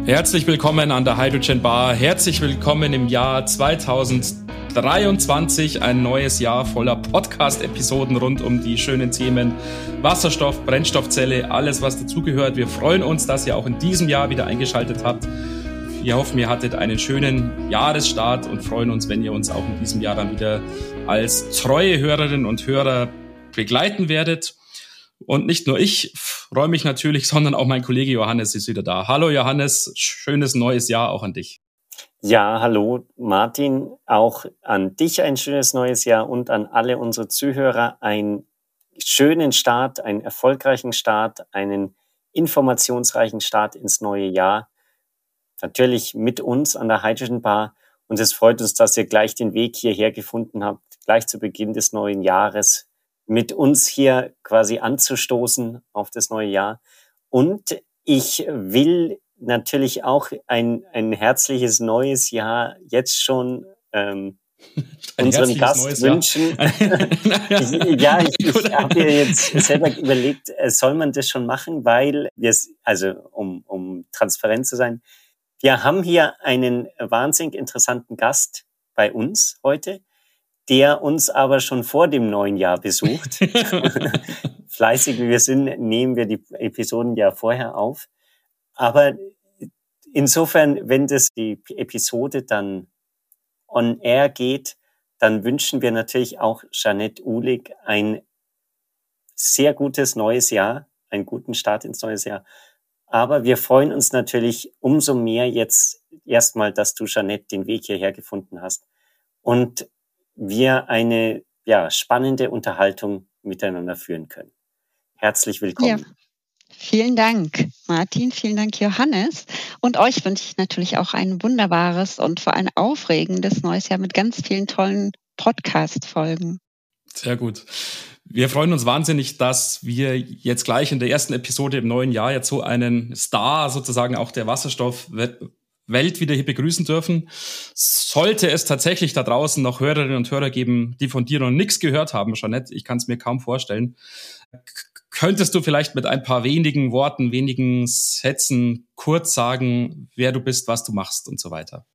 Herzlich willkommen an der Hydrogen Bar. Herzlich willkommen im Jahr 2023. Ein neues Jahr voller Podcast-Episoden rund um die schönen Themen Wasserstoff, Brennstoffzelle, alles was dazugehört. Wir freuen uns, dass ihr auch in diesem Jahr wieder eingeschaltet habt. Wir hoffen, ihr hattet einen schönen Jahresstart und freuen uns, wenn ihr uns auch in diesem Jahr dann wieder als treue Hörerinnen und Hörer begleiten werdet. Und nicht nur ich freue mich natürlich, sondern auch mein Kollege Johannes ist wieder da. Hallo Johannes, schönes neues Jahr auch an dich. Ja, hallo Martin, auch an dich ein schönes neues Jahr und an alle unsere Zuhörer einen schönen Start, einen erfolgreichen Start, einen informationsreichen Start ins neue Jahr. Natürlich mit uns an der Hydrogen Bar und es freut uns, dass ihr gleich den Weg hierher gefunden habt, gleich zu Beginn des neuen Jahres mit uns hier quasi anzustoßen auf das neue Jahr. Und ich will natürlich auch ein herzliches neues Jahr jetzt schon unseren Gast wünschen. Ich habe mir jetzt selber überlegt, soll man das schon machen, weil um transparent zu sein, wir haben hier einen wahnsinnig interessanten Gast bei uns heute, der uns aber schon vor dem neuen Jahr besucht. Fleißig wie wir sind, nehmen wir die Episoden ja vorher auf. Aber insofern, wenn die Episode dann on air geht, dann wünschen wir natürlich auch Jeanette Uhlig ein sehr gutes neues Jahr, einen guten Start ins neue Jahr. Aber wir freuen uns natürlich umso mehr jetzt erstmal, dass du, Jeanette, den Weg hierher gefunden hast und wir eine spannende Unterhaltung miteinander führen können. Herzlich willkommen. Ja. Vielen Dank, Martin. Vielen Dank, Johannes. Und euch wünsche ich natürlich auch ein wunderbares und vor allem aufregendes neues Jahr mit ganz vielen tollen Podcast-Folgen. Sehr gut. Wir freuen uns wahnsinnig, dass wir jetzt gleich in der ersten Episode im neuen Jahr jetzt so einen Star sozusagen auch der Wasserstoffwelt wieder hier begrüßen dürfen. Sollte es tatsächlich da draußen noch Hörerinnen und Hörer geben, die von dir noch nichts gehört haben, Jeanette, ich kann es mir kaum vorstellen, könntest du vielleicht mit ein paar wenigen Worten, wenigen Sätzen kurz sagen, wer du bist, was du machst und so weiter?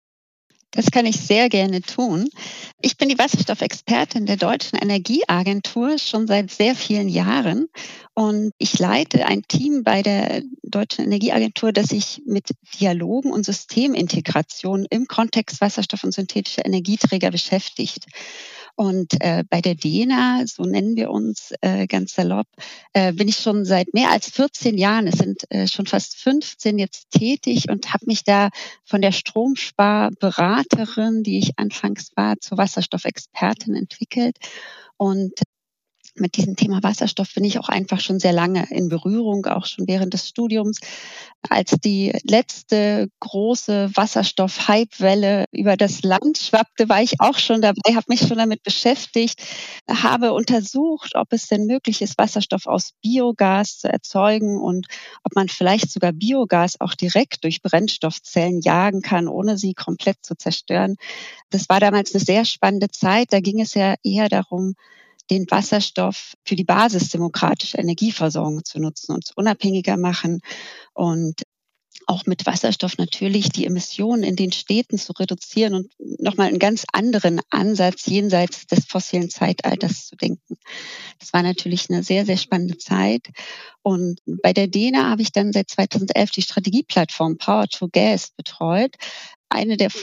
Das kann ich sehr gerne tun. Ich bin die Wasserstoffexpertin der Deutschen Energieagentur schon seit sehr vielen Jahren und ich leite ein Team bei der Deutschen Energieagentur, das sich mit Dialogen und Systemintegration im Kontext Wasserstoff und synthetischer Energieträger beschäftigt. Und bei der DENA, so nennen wir uns ganz salopp, bin ich schon seit mehr als 14 Jahren, es sind schon fast 15 jetzt tätig und habe mich da von der Stromsparberaterin, die ich anfangs war, zur Wasserstoffexpertin entwickelt. Und mit diesem Thema Wasserstoff bin ich auch einfach schon sehr lange in Berührung, auch schon während des Studiums. Als die letzte große Wasserstoff-Hype-Welle über das Land schwappte, war ich auch schon dabei, habe mich schon damit beschäftigt, habe untersucht, ob es denn möglich ist, Wasserstoff aus Biogas zu erzeugen und ob man vielleicht sogar Biogas auch direkt durch Brennstoffzellen jagen kann, ohne sie komplett zu zerstören. Das war damals eine sehr spannende Zeit. Da ging es ja eher darum, den Wasserstoff für die basisdemokratische Energieversorgung zu nutzen, uns unabhängiger machen und auch mit Wasserstoff natürlich die Emissionen in den Städten zu reduzieren und nochmal einen ganz anderen Ansatz jenseits des fossilen Zeitalters zu denken. Das war natürlich eine sehr, sehr spannende Zeit. Und bei der DENA habe ich dann seit 2011 die Strategieplattform Power to Gas betreut. Eine der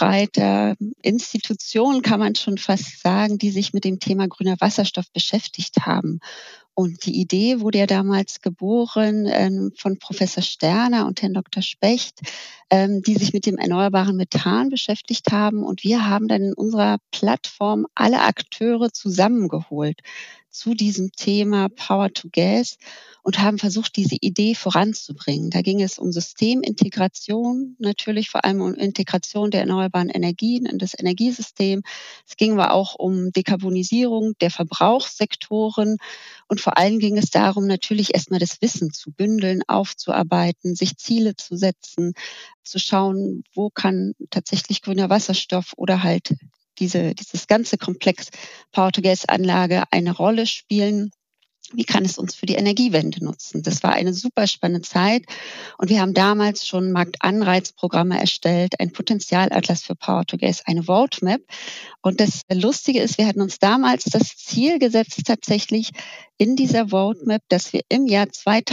Vorreiterinstitutionen, kann man schon fast sagen, die sich mit dem Thema grüner Wasserstoff beschäftigt haben. Und die Idee wurde ja damals geboren von Professor Sterner und Herrn Dr. Specht, die sich mit dem erneuerbaren Methan beschäftigt haben. Und wir haben dann in unserer Plattform alle Akteure zusammengeholt zu diesem Thema Power to Gas und haben versucht, diese Idee voranzubringen. Da ging es um Systemintegration, natürlich vor allem um Integration der erneuerbaren Energien in das Energiesystem. Es ging aber auch um Dekarbonisierung der Verbrauchssektoren und vor allem ging es darum, natürlich erstmal das Wissen zu bündeln, aufzuarbeiten, sich Ziele zu setzen, zu schauen, wo kann tatsächlich grüner Wasserstoff oder halt dieses ganze Komplex Power-to-Gas-Anlage eine Rolle spielen. wie kann es uns für die Energiewende nutzen? Das war eine super spannende Zeit und wir haben damals schon Marktanreizprogramme erstellt, ein Potenzialatlas für Power-to-Gas, eine Roadmap. Und das Lustige ist, wir hatten uns damals das Ziel gesetzt, tatsächlich in dieser Roadmap, dass wir im Jahr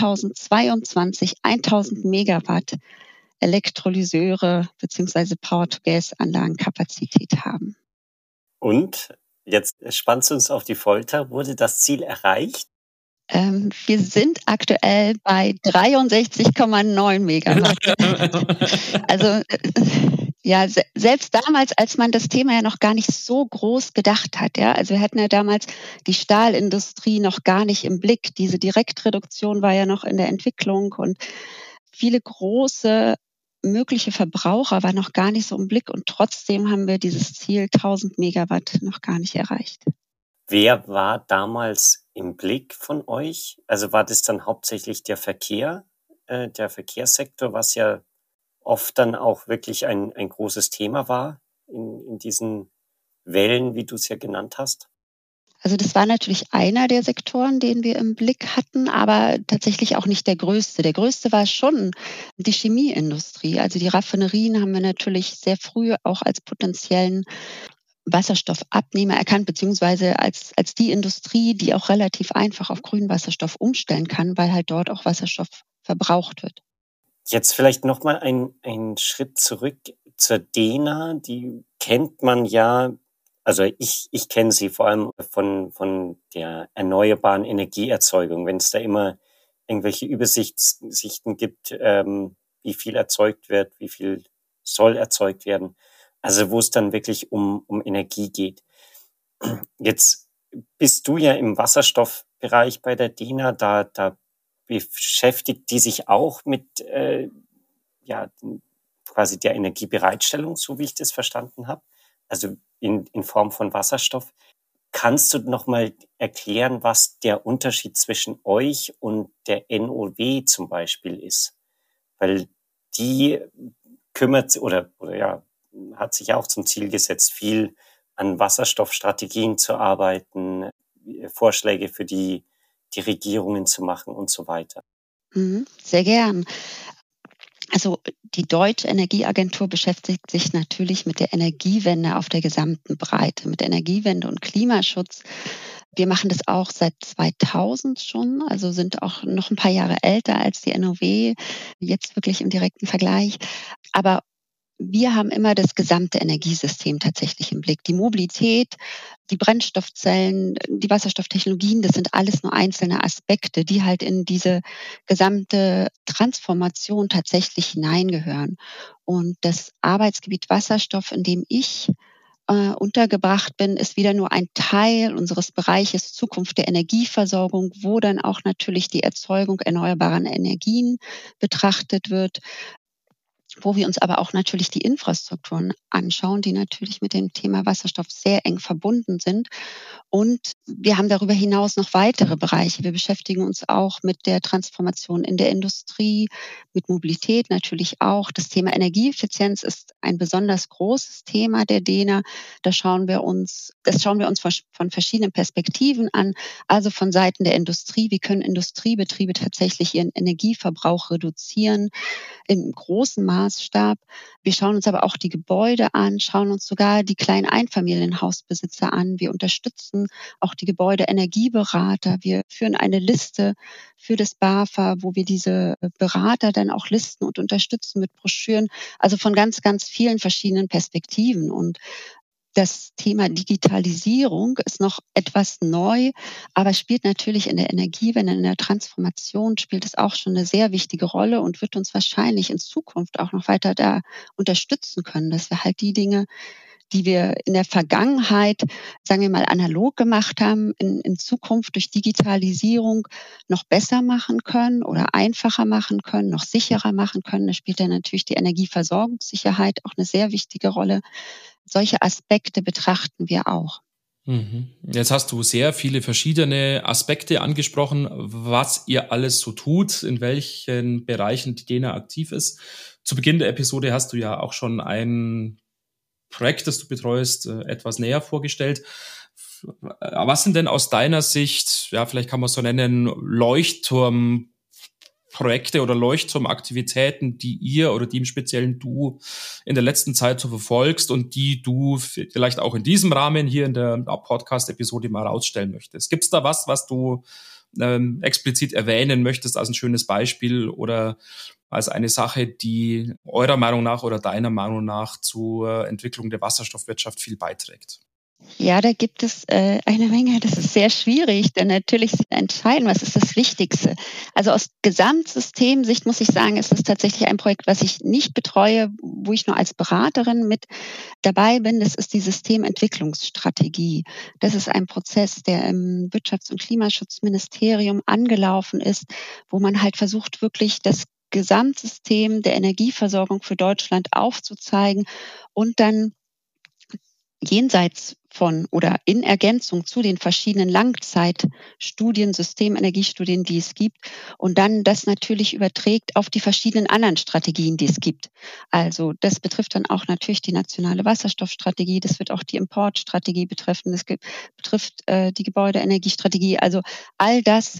2022 1000 Megawatt Elektrolyseure bzw. Power-to-Gas-Anlagenkapazität haben. Und jetzt spannst du uns auf die Folter. Wurde das Ziel erreicht? Wir sind aktuell bei 63,9 Megawatt. Also ja, selbst damals, als man das Thema ja noch gar nicht so groß gedacht hat, ja, also wir hatten ja damals die Stahlindustrie noch gar nicht im Blick. Diese Direktreduktion war ja noch in der Entwicklung und viele große mögliche Verbraucher waren noch gar nicht so im Blick und trotzdem haben wir dieses Ziel 1000 Megawatt noch gar nicht erreicht. Wer war damals im Blick von euch? Also war das dann hauptsächlich der Verkehr, der Verkehrssektor, was ja oft dann auch wirklich ein großes Thema war in diesen Wellen, wie du es ja genannt hast? Also das war natürlich einer der Sektoren, den wir im Blick hatten, aber tatsächlich auch nicht der größte. Der größte war schon die Chemieindustrie. Also die Raffinerien haben wir natürlich sehr früh auch als potenziellen Wasserstoffabnehmer erkannt, beziehungsweise als die Industrie, die auch relativ einfach auf grünen Wasserstoff umstellen kann, weil halt dort auch Wasserstoff verbraucht wird. Jetzt vielleicht nochmal ein Schritt zurück zur DENA. Die kennt man ja, also ich kenne sie vor allem von der erneuerbaren Energieerzeugung. Wenn es da immer irgendwelche Übersichten gibt, wie viel erzeugt wird, wie viel soll erzeugt werden. Also wo es dann wirklich um Energie geht. Jetzt bist du ja im Wasserstoffbereich bei der DENA, da beschäftigt die sich auch mit quasi der Energiebereitstellung, so wie ich das verstanden habe, also in Form von Wasserstoff. Kannst du noch mal erklären, was der Unterschied zwischen euch und der NOW zum Beispiel ist? Weil die kümmert oder ja, hat sich auch zum Ziel gesetzt, viel an Wasserstoffstrategien zu arbeiten, Vorschläge für die Regierungen zu machen und so weiter. Sehr gern. Also die Deutsche Energieagentur beschäftigt sich natürlich mit der Energiewende auf der gesamten Breite, mit Energiewende und Klimaschutz. Wir machen das auch seit 2000 schon, also sind auch noch ein paar Jahre älter als die NOW, jetzt wirklich im direkten Vergleich. Aber wir haben immer das gesamte Energiesystem tatsächlich im Blick. Die Mobilität, die Brennstoffzellen, die Wasserstofftechnologien, das sind alles nur einzelne Aspekte, die halt in diese gesamte Transformation tatsächlich hineingehören. Und das Arbeitsgebiet Wasserstoff, in dem ich untergebracht bin, ist wieder nur ein Teil unseres Bereiches Zukunft der Energieversorgung, wo dann auch natürlich die Erzeugung erneuerbarer Energien betrachtet wird, wo wir uns aber auch natürlich die Infrastrukturen anschauen, die natürlich mit dem Thema Wasserstoff sehr eng verbunden sind. Und wir haben darüber hinaus noch weitere Bereiche. Wir beschäftigen uns auch mit der Transformation in der Industrie, mit Mobilität natürlich auch. Das Thema Energieeffizienz ist ein besonders großes Thema der DENA. Das schauen wir uns von verschiedenen Perspektiven an. Also von Seiten der Industrie. Wie können Industriebetriebe tatsächlich ihren Energieverbrauch reduzieren im großen Maßstab? Wir schauen uns aber auch die Gebäude an, schauen uns sogar die kleinen Einfamilienhausbesitzer an. Wir unterstützen auch die Gebäudeenergieberater. Wir führen eine Liste für das BAFA, wo wir diese Berater dann auch listen und unterstützen mit Broschüren. Also von ganz, ganz vielen verschiedenen Perspektiven. Und das Thema Digitalisierung ist noch etwas neu, aber spielt natürlich in der Energiewende, in der Transformation spielt es auch schon eine sehr wichtige Rolle und wird uns wahrscheinlich in Zukunft auch noch weiter da unterstützen können, dass wir halt die Dinge, die wir in der Vergangenheit, sagen wir mal, analog gemacht haben, in Zukunft durch Digitalisierung noch besser machen können oder einfacher machen können, noch sicherer machen können. Da spielt dann natürlich die Energieversorgungssicherheit auch eine sehr wichtige Rolle. Solche Aspekte betrachten wir auch. Jetzt hast du sehr viele verschiedene Aspekte angesprochen, was ihr alles so tut, in welchen Bereichen die DENA aktiv ist. Zu Beginn der Episode hast du ja auch schon ein Projekt, das du betreust, etwas näher vorgestellt. Was sind denn aus deiner Sicht, ja, vielleicht kann man es so nennen, Leuchtturmprojekte oder Leuchtturmaktivitäten, die ihr oder die im Speziellen du in der letzten Zeit so verfolgst und die du vielleicht auch in diesem Rahmen hier in der Podcast-Episode mal rausstellen möchtest? Gibt es da was du explizit erwähnen möchtest als ein schönes Beispiel oder als eine Sache, die eurer Meinung nach oder deiner Meinung nach zur Entwicklung der Wasserstoffwirtschaft viel beiträgt? Ja, da gibt es eine Menge. Das ist sehr schwierig, denn natürlich sich entscheiden, was ist das Wichtigste. Also aus Gesamtsystemsicht muss ich sagen, ist es tatsächlich ein Projekt, was ich nicht betreue, wo ich nur als Beraterin mit dabei bin. Das ist die Systementwicklungsstrategie. Das ist ein Prozess, der im Wirtschafts- und Klimaschutzministerium angelaufen ist, wo man halt versucht, wirklich das Gesamtsystem der Energieversorgung für Deutschland aufzuzeigen und dann jenseits von oder in Ergänzung zu den verschiedenen Langzeitstudien, Systemenergiestudien, die es gibt, und dann das natürlich überträgt auf die verschiedenen anderen Strategien, die es gibt. Also das betrifft dann auch natürlich die nationale Wasserstoffstrategie, das wird auch die Importstrategie betreffen, das betrifft die Gebäudeenergiestrategie. Also all das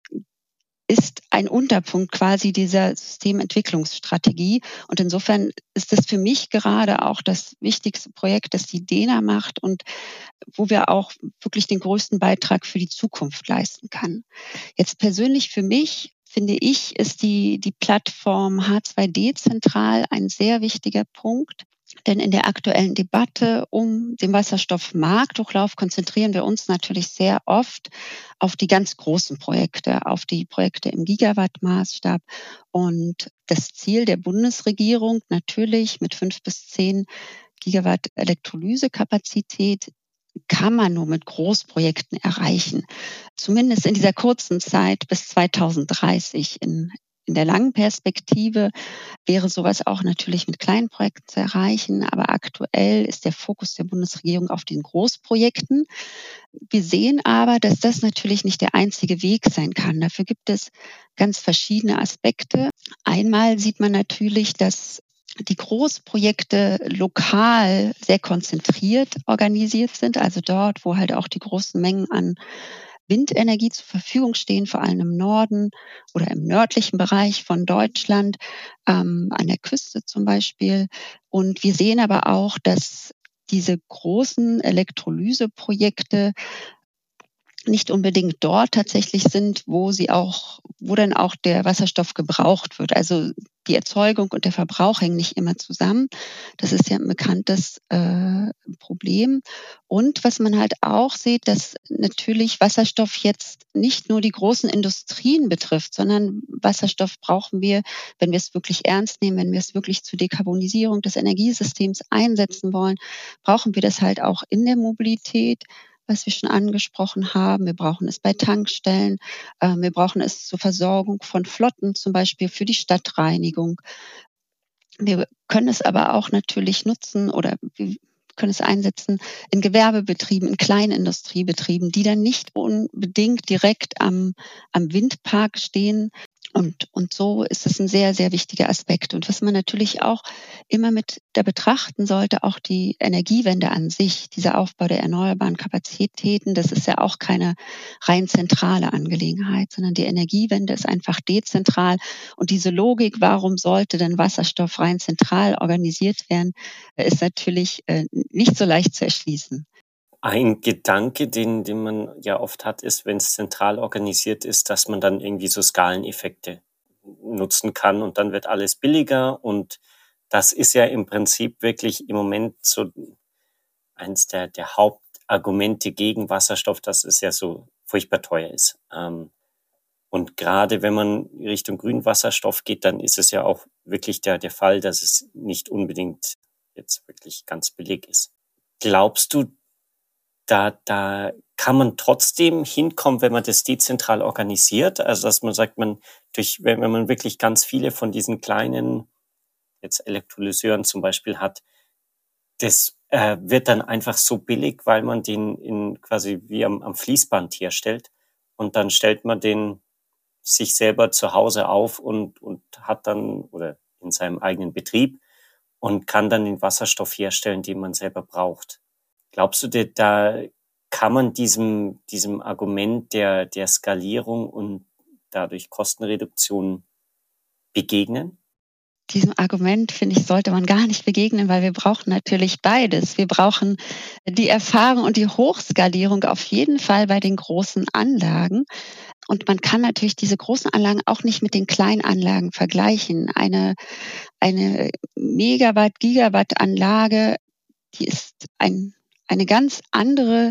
ist ein Unterpunkt quasi dieser Systementwicklungsstrategie. Und insofern ist das für mich gerade auch das wichtigste Projekt, das die DENA macht und wo wir auch wirklich den größten Beitrag für die Zukunft leisten kann. Jetzt persönlich für mich, finde ich, ist die Plattform H2 Dezentral ein sehr wichtiger Punkt. Denn in der aktuellen Debatte um den Wasserstoffmarktdurchlauf konzentrieren wir uns natürlich sehr oft auf die ganz großen Projekte, auf die Projekte im Gigawatt-Maßstab. Und das Ziel der Bundesregierung natürlich mit 5 bis 10 Gigawatt Elektrolysekapazität kann man nur mit Großprojekten erreichen. Zumindest in dieser kurzen Zeit bis 2030. In der langen Perspektive wäre sowas auch natürlich mit kleinen Projekten zu erreichen. Aber aktuell ist der Fokus der Bundesregierung auf den Großprojekten. Wir sehen aber, dass das natürlich nicht der einzige Weg sein kann. Dafür gibt es ganz verschiedene Aspekte. Einmal sieht man natürlich, dass die Großprojekte lokal sehr konzentriert organisiert sind, also dort, wo halt auch die großen Mengen an Windenergie zur Verfügung stehen, vor allem im Norden oder im nördlichen Bereich von Deutschland, an der Küste zum Beispiel. Und wir sehen aber auch, dass diese großen Elektrolyseprojekte nicht unbedingt dort tatsächlich sind, wo dann auch der Wasserstoff gebraucht wird. Also die Erzeugung und der Verbrauch hängen nicht immer zusammen. Das ist ja ein bekanntes Problem. Und was man halt auch sieht, dass natürlich Wasserstoff jetzt nicht nur die großen Industrien betrifft, sondern Wasserstoff brauchen wir, wenn wir es wirklich ernst nehmen, wenn wir es wirklich zur Dekarbonisierung des Energiesystems einsetzen wollen, brauchen wir das halt auch in der Mobilität, was wir schon angesprochen haben. Wir brauchen es bei Tankstellen. Wir brauchen es zur Versorgung von Flotten, zum Beispiel für die Stadtreinigung. Wir können es aber auch natürlich nutzen oder wir können es einsetzen in Gewerbebetrieben, in Kleinindustriebetrieben, die dann nicht unbedingt direkt am Windpark stehen. Und so ist es ein sehr, sehr wichtiger Aspekt. Und was man natürlich auch immer mit da betrachten sollte, auch die Energiewende an sich, dieser Aufbau der erneuerbaren Kapazitäten, das ist ja auch keine rein zentrale Angelegenheit, sondern die Energiewende ist einfach dezentral. Und diese Logik, warum sollte denn Wasserstoff rein zentral organisiert werden, ist natürlich nicht so leicht zu erschließen. Ein Gedanke, den man ja oft hat, ist, wenn es zentral organisiert ist, dass man dann irgendwie so Skaleneffekte nutzen kann und dann wird alles billiger. Und das ist ja im Prinzip wirklich im Moment so eins der Hauptargumente gegen Wasserstoff, dass es ja so furchtbar teuer ist. Und gerade wenn man Richtung Grünwasserstoff geht, dann ist es ja auch wirklich der Fall, dass es nicht unbedingt jetzt wirklich ganz billig ist. Glaubst du, da kann man trotzdem hinkommen, wenn man das dezentral organisiert? Also, dass man sagt, wenn man wirklich ganz viele von diesen kleinen, jetzt Elektrolyseuren zum Beispiel hat, das wird dann einfach so billig, weil man den quasi wie am Fließband herstellt. Und dann stellt man den sich selber zu Hause auf und hat dann, oder in seinem eigenen Betrieb, und kann dann den Wasserstoff herstellen, den man selber braucht. Glaubst du, da Kann man diesem Argument der Skalierung und dadurch Kostenreduktion begegnen? Diesem Argument, finde ich, sollte man gar nicht begegnen, weil wir brauchen natürlich beides. Wir brauchen die Erfahrung und die Hochskalierung auf jeden Fall bei den großen Anlagen. Und man kann natürlich diese großen Anlagen auch nicht mit den kleinen Anlagen vergleichen. Eine Megawatt, Gigawatt Anlage, die ist eine ganz andere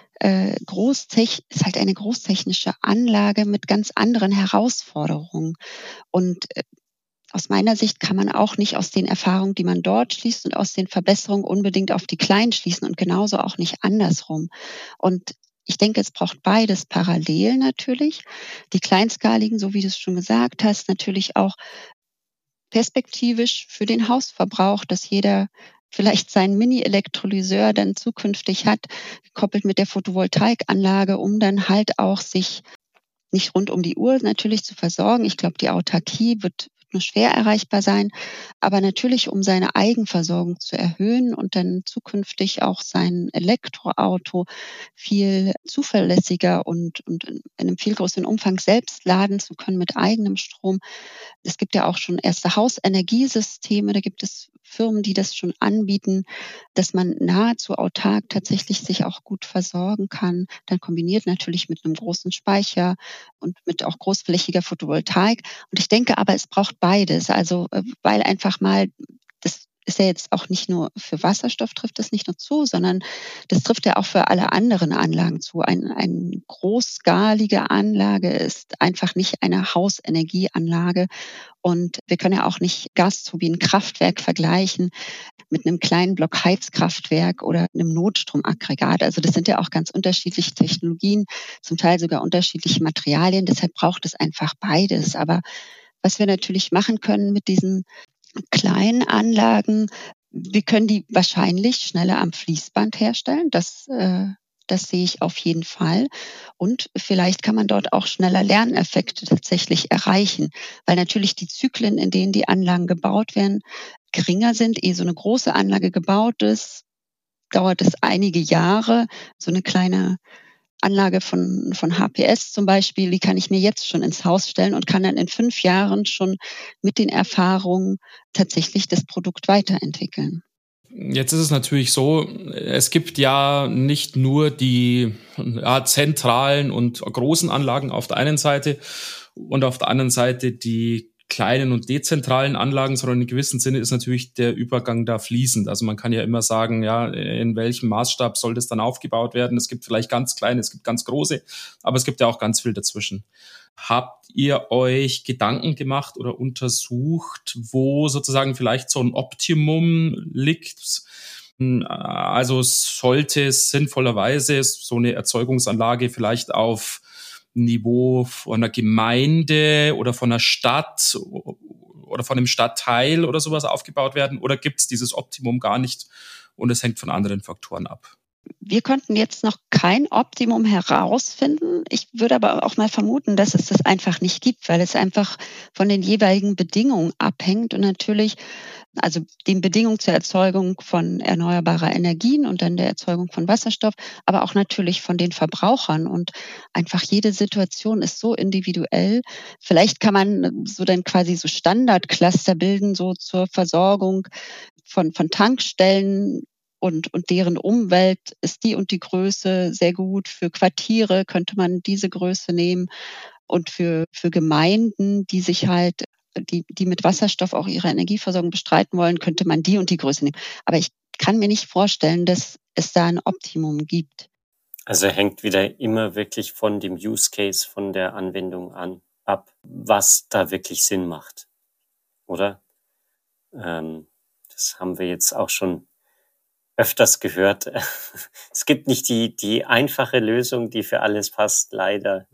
ist halt eine großtechnische Anlage mit ganz anderen Herausforderungen. Und aus meiner Sicht kann man auch nicht aus den Erfahrungen, die man dort schließt und aus den Verbesserungen unbedingt auf die Kleinen schließen und genauso auch nicht andersrum. Und ich denke, es braucht beides parallel natürlich. Die kleinskaligen, so wie du es schon gesagt hast, natürlich auch perspektivisch für den Hausverbrauch, dass jeder vielleicht seinen Mini-Elektrolyseur dann zukünftig hat, gekoppelt mit der Photovoltaikanlage, um dann halt auch sich nicht rund um die Uhr natürlich zu versorgen. Ich glaube, die Autarkie wird nur schwer erreichbar sein, aber natürlich, um seine Eigenversorgung zu erhöhen und dann zukünftig auch sein Elektroauto viel zuverlässiger und in einem viel größeren Umfang selbst laden zu können mit eigenem Strom. Es gibt ja auch schon erste Hausenergiesysteme, da gibt es Firmen, die das schon anbieten, dass man nahezu autark tatsächlich sich auch gut versorgen kann, dann kombiniert natürlich mit einem großen Speicher und mit auch großflächiger Photovoltaik. Und ich denke aber, es braucht beides. Also, weil einfach mal, das ist ja jetzt auch nicht nur für Wasserstoff trifft das nicht nur zu, sondern das trifft ja auch für alle anderen Anlagen zu. Eine großskalige Anlage ist einfach nicht eine Hausenergieanlage. Und wir können ja auch nicht Gasturbinenkraftwerk vergleichen mit einem kleinen Block Heizkraftwerk oder einem Notstromaggregat. Also das sind ja auch ganz unterschiedliche Technologien, zum Teil sogar unterschiedliche Materialien. Deshalb braucht es einfach beides. Aber was wir natürlich machen können mit diesen kleinen Anlagen, wir können die wahrscheinlich schneller am Fließband herstellen. Das sehe ich auf jeden Fall. Und vielleicht kann man dort auch schneller Lerneffekte tatsächlich erreichen, weil natürlich die Zyklen, in denen die Anlagen gebaut werden, geringer sind. Ehe so eine große Anlage gebaut ist, dauert es einige Jahre. So eine kleine Anlage von HPS zum Beispiel, die kann ich mir jetzt schon ins Haus stellen und kann dann in 5 Jahren schon mit den Erfahrungen tatsächlich das Produkt weiterentwickeln. Jetzt ist es natürlich so, es gibt ja nicht nur die zentralen und großen Anlagen auf der einen Seite und auf der anderen Seite die kleinen und dezentralen Anlagen, sondern in gewissem Sinne ist natürlich der Übergang da fließend. Also man kann ja immer sagen, ja, in welchem Maßstab soll das dann aufgebaut werden? Es gibt vielleicht ganz kleine, es gibt ganz große, aber es gibt ja auch ganz viel dazwischen. Habt ihr euch Gedanken gemacht oder untersucht, wo sozusagen vielleicht so ein Optimum liegt? Also sollte es sinnvollerweise so eine Erzeugungsanlage vielleicht auf Niveau von einer Gemeinde oder von einer Stadt oder von einem Stadtteil oder sowas aufgebaut werden? Oder gibt es dieses Optimum gar nicht und es hängt von anderen Faktoren ab? Wir konnten jetzt noch kein Optimum herausfinden. Ich würde aber auch mal vermuten, dass es das einfach nicht gibt, weil es einfach von den jeweiligen Bedingungen abhängt und natürlich, also den Bedingungen zur Erzeugung von erneuerbarer Energien und dann der Erzeugung von Wasserstoff, aber auch natürlich von den Verbrauchern. Und einfach jede Situation ist so individuell. Vielleicht kann man so dann quasi so Standardcluster bilden, so zur Versorgung von Tankstellen und deren Umwelt ist die und die Größe sehr gut. Für Quartiere könnte man diese Größe nehmen und für Gemeinden, die sich halt die mit Wasserstoff auch ihre Energieversorgung bestreiten wollen, könnte man die und die Größe nehmen. Aber ich kann mir nicht vorstellen, dass es da ein Optimum gibt. Also hängt wieder immer wirklich von dem Use Case, von der Anwendung ab, was da wirklich Sinn macht, oder? Das haben wir jetzt auch schon öfters gehört. Es gibt nicht die einfache Lösung, die für alles passt, leider.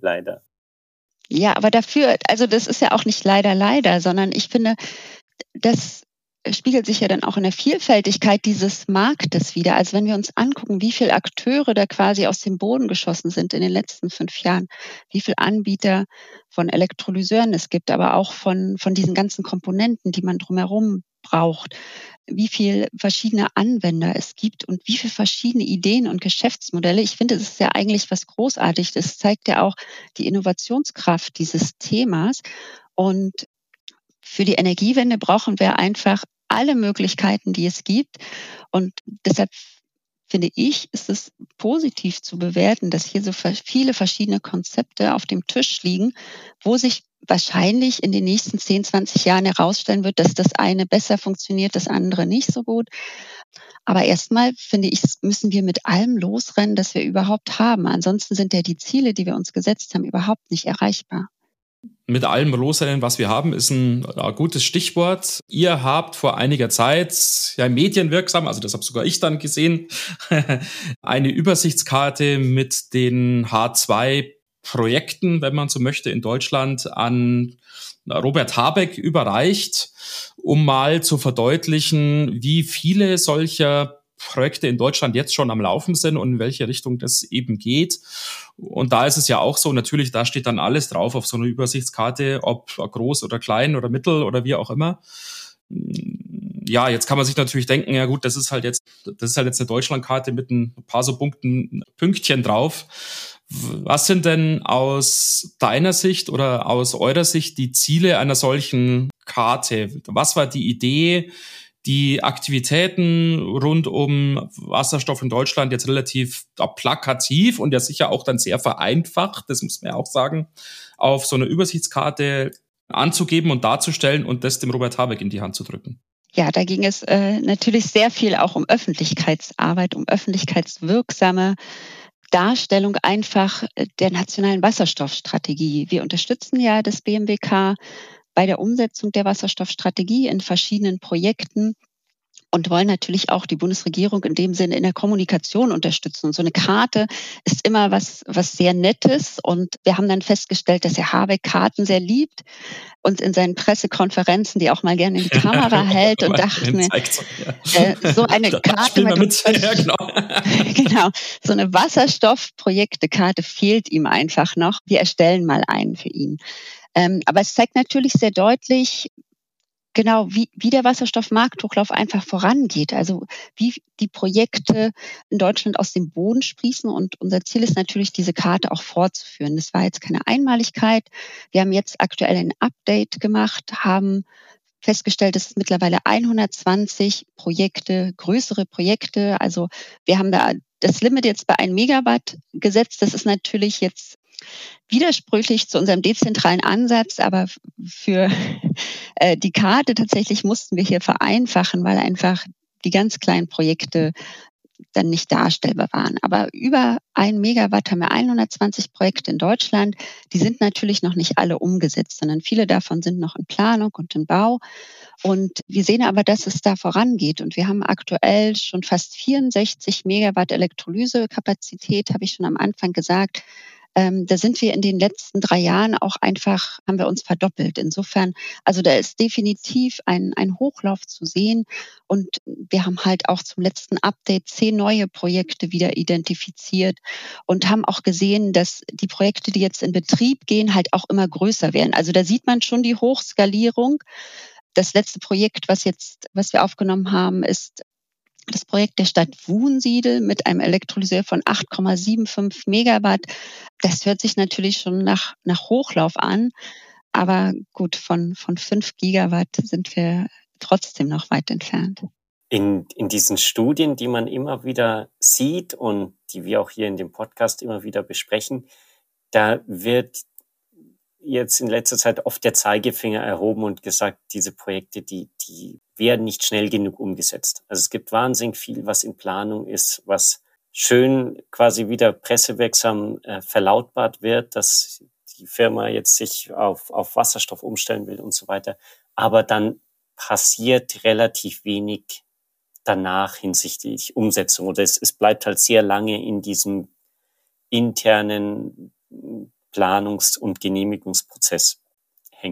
Ja, aber dafür, also das ist ja auch nicht leider, sondern ich finde, dass spiegelt sich ja dann auch in der Vielfältigkeit dieses Marktes wieder. Also wenn wir uns angucken, wie viele Akteure da quasi aus dem Boden geschossen sind in den letzten 5 Jahren, wie viele Anbieter von Elektrolyseuren es gibt, aber auch von diesen ganzen Komponenten, die man drumherum braucht, wie viele verschiedene Anwender es gibt und wie viele verschiedene Ideen und Geschäftsmodelle. Ich finde, es ist ja eigentlich was Großartiges. Das zeigt ja auch die Innovationskraft dieses Themas. Und für die Energiewende brauchen wir einfach alle Möglichkeiten, die es gibt. Und deshalb finde ich, ist es positiv zu bewerten, dass hier so viele verschiedene Konzepte auf dem Tisch liegen, wo sich wahrscheinlich in den nächsten 10, 20 Jahren herausstellen wird, dass das eine besser funktioniert, das andere nicht so gut. Aber erstmal, finde ich, müssen wir mit allem losrennen, das wir überhaupt haben. Ansonsten sind ja die Ziele, die wir uns gesetzt haben, überhaupt nicht erreichbar. Mit allem losrennen, was wir haben, ist ein gutes Stichwort. Ihr habt vor einiger Zeit, ja medienwirksam, also das habe sogar ich dann gesehen, eine Übersichtskarte mit den H2-Projekten, wenn man so möchte, in Deutschland an Robert Habeck überreicht, um mal zu verdeutlichen, wie viele solcher Projekte in Deutschland jetzt schon am Laufen sind und in welche Richtung das eben geht. Und da ist es ja auch so, natürlich, da steht dann alles drauf auf so einer Übersichtskarte, ob groß oder klein oder mittel oder wie auch immer. Ja, jetzt kann man sich natürlich denken, ja gut, das ist halt jetzt eine Deutschlandkarte mit ein paar so Pünktchen drauf. Was sind denn aus deiner Sicht oder aus eurer Sicht die Ziele einer solchen Karte? Was war die Idee, die Aktivitäten rund um Wasserstoff in Deutschland jetzt relativ plakativ und ja sicher auch dann sehr vereinfacht, das muss man ja auch sagen, auf so einer Übersichtskarte anzugeben und darzustellen und das dem Robert Habeck in die Hand zu drücken? Ja, da ging es natürlich sehr viel auch um Öffentlichkeitsarbeit, um öffentlichkeitswirksame Darstellung einfach der nationalen Wasserstoffstrategie. Wir unterstützen ja das BMWK bei der Umsetzung der Wasserstoffstrategie in verschiedenen Projekten und wollen natürlich auch die Bundesregierung in dem Sinne in der Kommunikation unterstützen. Und so eine Karte ist immer was sehr Nettes. Und wir haben dann festgestellt, dass Herr Habeck Karten sehr liebt und in seinen Pressekonferenzen die auch mal gerne in die Kamera hält und dachten mir, so eine Karte mit ja, genau. genau, so eine Wasserstoffprojektekarte fehlt ihm einfach noch. Wir erstellen mal einen für ihn. Aber es zeigt natürlich sehr deutlich, genau, wie der Wasserstoffmarkthochlauf einfach vorangeht. Also wie die Projekte in Deutschland aus dem Boden sprießen. Und unser Ziel ist natürlich, diese Karte auch fortzuführen. Das war jetzt keine Einmaligkeit. Wir haben jetzt aktuell ein Update gemacht, haben festgestellt, dass es mittlerweile 120 Projekte, größere Projekte. Also wir haben da das Limit jetzt bei 1 Megawatt gesetzt. Das ist natürlich jetzt widersprüchlich zu unserem dezentralen Ansatz, aber für die Karte tatsächlich mussten wir hier vereinfachen, weil einfach die ganz kleinen Projekte dann nicht darstellbar waren. Aber über 1 Megawatt haben wir 120 Projekte in Deutschland. Die sind natürlich noch nicht alle umgesetzt, sondern viele davon sind noch in Planung und im Bau. Und wir sehen aber, dass es da vorangeht. Und wir haben aktuell schon fast 64 Megawatt Elektrolysekapazität, habe ich schon am Anfang gesagt. Da sind wir in den letzten 3 Jahren auch einfach, haben wir uns verdoppelt. Insofern, also da ist definitiv ein Hochlauf zu sehen. Und wir haben halt auch zum letzten Update 10 neue Projekte wieder identifiziert und haben auch gesehen, dass die Projekte, die jetzt in Betrieb gehen, halt auch immer größer werden. Also da sieht man schon die Hochskalierung. Das letzte Projekt, was wir aufgenommen haben, ist das Projekt der Stadt Wunsiedel mit einem Elektrolyseur von 8,75 Megawatt. Das hört sich natürlich schon nach Hochlauf an. Aber gut, von 5 Gigawatt sind wir trotzdem noch weit entfernt. In diesen Studien, die man immer wieder sieht und die wir auch hier in dem Podcast immer wieder besprechen, da wird jetzt in letzter Zeit oft der Zeigefinger erhoben und gesagt, diese Projekte, die werden nicht schnell genug umgesetzt. Also es gibt wahnsinnig viel, was in Planung ist, was schön quasi wieder pressewirksam verlautbart wird, dass die Firma jetzt sich auf Wasserstoff umstellen will und so weiter. Aber dann passiert relativ wenig danach hinsichtlich Umsetzung. Oder es bleibt halt sehr lange in diesem internen Planungs- und Genehmigungsprozess hängen.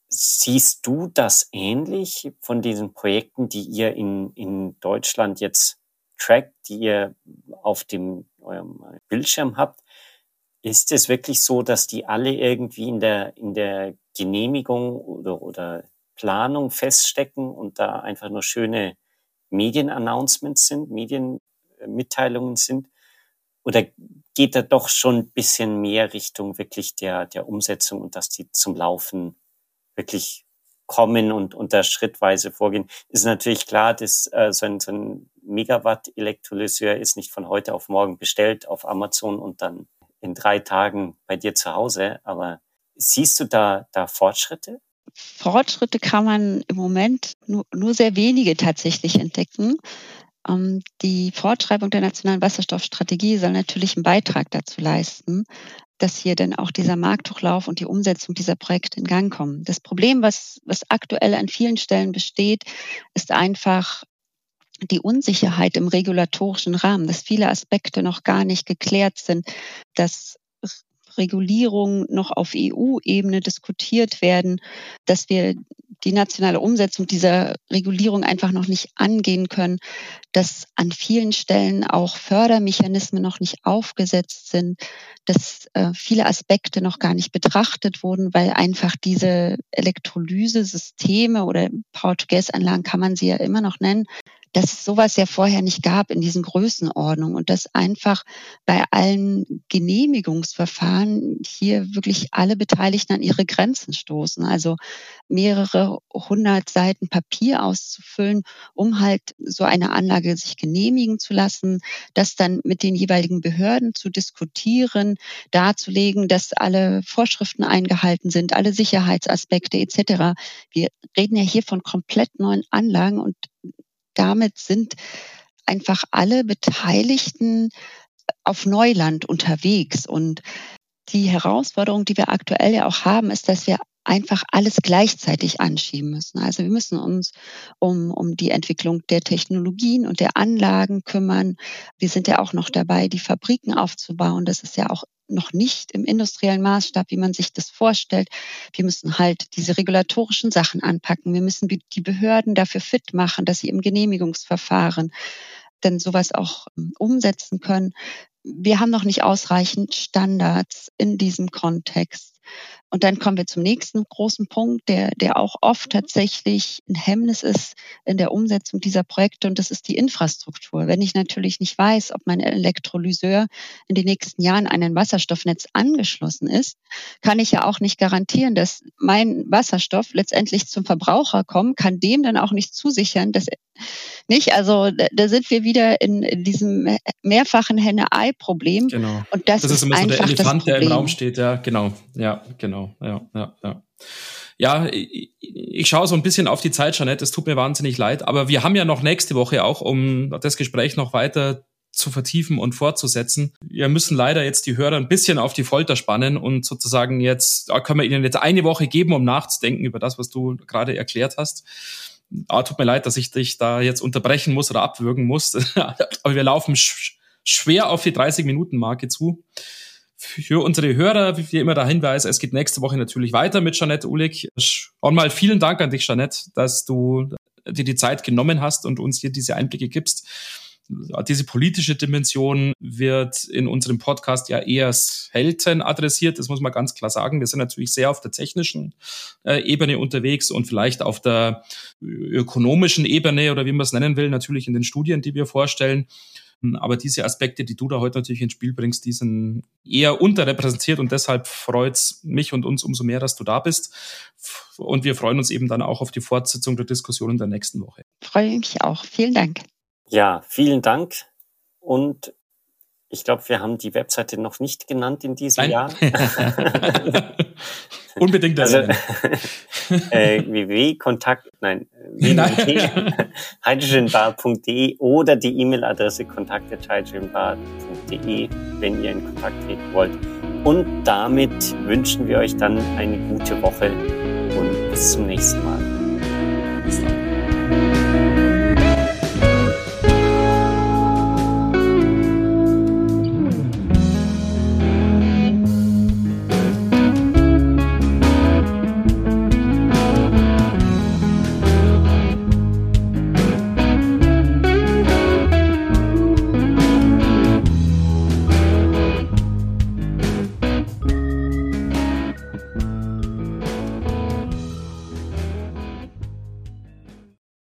Siehst du das ähnlich von diesen Projekten, die ihr in Deutschland jetzt trackt, die ihr auf eurem Bildschirm habt? Ist es wirklich so, dass die alle irgendwie in der Genehmigung oder Planung feststecken und da einfach nur schöne Medienannouncements sind, Medienmitteilungen sind? Oder geht da doch schon ein bisschen mehr Richtung wirklich der Umsetzung und dass die zum Laufen wirklich kommen und da schrittweise vorgehen? Ist natürlich klar, dass so ein Megawatt-Elektrolyseur ist nicht von heute auf morgen bestellt auf Amazon und dann in 3 Tagen bei dir zu Hause. Aber siehst du da Fortschritte? Fortschritte kann man im Moment nur sehr wenige tatsächlich entdecken. Die Fortschreibung der nationalen Wasserstoffstrategie soll natürlich einen Beitrag dazu leisten, dass hier dann auch dieser Markthochlauf und die Umsetzung dieser Projekte in Gang kommen. Das Problem, was aktuell an vielen Stellen besteht, ist einfach die Unsicherheit im regulatorischen Rahmen, dass viele Aspekte noch gar nicht geklärt sind, dass Regulierungen noch auf EU-Ebene diskutiert werden, dass wir die nationale Umsetzung dieser Regulierung einfach noch nicht angehen können, dass an vielen Stellen auch Fördermechanismen noch nicht aufgesetzt sind, dass viele Aspekte noch gar nicht betrachtet wurden, weil einfach diese Elektrolysesysteme oder Power-to-Gas-Anlagen kann man sie ja immer noch nennen, dass es sowas ja vorher nicht gab in diesen Größenordnungen und dass einfach bei allen Genehmigungsverfahren hier wirklich alle Beteiligten an ihre Grenzen stoßen. Also mehrere 100 Seiten Papier auszufüllen, um halt so eine Anlage sich genehmigen zu lassen, das dann mit den jeweiligen Behörden zu diskutieren, darzulegen, dass alle Vorschriften eingehalten sind, alle Sicherheitsaspekte etc. Wir reden ja hier von komplett neuen Anlagen und damit sind einfach alle Beteiligten auf Neuland unterwegs. Und die Herausforderung, die wir aktuell ja auch haben, ist, dass wir einfach alles gleichzeitig anschieben müssen. Also wir müssen uns um die Entwicklung der Technologien und der Anlagen kümmern. Wir sind ja auch noch dabei, die Fabriken aufzubauen. Das ist ja auch noch nicht im industriellen Maßstab, wie man sich das vorstellt. Wir müssen halt diese regulatorischen Sachen anpacken. Wir müssen die Behörden dafür fit machen, dass sie im Genehmigungsverfahren dann sowas auch umsetzen können. Wir haben noch nicht ausreichend Standards in diesem Kontext. Und dann kommen wir zum nächsten großen Punkt, der auch oft tatsächlich ein Hemmnis ist in der Umsetzung dieser Projekte, und das ist die Infrastruktur. Wenn ich natürlich nicht weiß, ob mein Elektrolyseur in den nächsten Jahren an ein Wasserstoffnetz angeschlossen ist, kann ich ja auch nicht garantieren, dass mein Wasserstoff letztendlich zum Verbraucher kommt, kann dem dann auch nicht zusichern, dass nicht, also da sind wir wieder in diesem mehrfachen Henne-Ei-Problem. Genau. Und das ist immer so der Elefant, der im Raum steht. Ja, genau. Ja. Ja, ich schaue so ein bisschen auf die Zeit, Jeanette. Es tut mir wahnsinnig leid. Aber wir haben ja noch nächste Woche auch, um das Gespräch noch weiter zu vertiefen und fortzusetzen. Wir müssen leider jetzt die Hörer ein bisschen auf die Folter spannen und sozusagen jetzt, können wir ihnen jetzt eine Woche geben, um nachzudenken über das, was du gerade erklärt hast. Tut mir leid, dass ich dich da jetzt unterbrechen muss oder abwürgen muss. Aber wir laufen schwer auf die 30-Minuten-Marke zu. Für unsere Hörer, wie immer der Hinweis, es geht nächste Woche natürlich weiter mit Jeanette Uhlig. Und mal vielen Dank an dich, Jeanette, dass du dir die Zeit genommen hast und uns hier diese Einblicke gibst. Diese politische Dimension wird in unserem Podcast ja eher selten adressiert, das muss man ganz klar sagen. Wir sind natürlich sehr auf der technischen Ebene unterwegs und vielleicht auf der ökonomischen Ebene oder wie man es nennen will, natürlich in den Studien, die wir vorstellen. Aber diese Aspekte, die du da heute natürlich ins Spiel bringst, die sind eher unterrepräsentiert und deshalb freut's mich und uns umso mehr, dass du da bist. Und wir freuen uns eben dann auch auf die Fortsetzung der Diskussion in der nächsten Woche. Freue mich auch. Vielen Dank. Ja, vielen Dank. Und ich glaube, wir haben die Webseite noch nicht genannt in diesem Jahr. Unbedingt erwähnen. www.hydrogenbar.de oder die E-Mail-Adresse kontakt@hydrogenbar.de, wenn ihr in Kontakt treten wollt. Und damit wünschen wir euch dann eine gute Woche und bis zum nächsten Mal. Bis dann.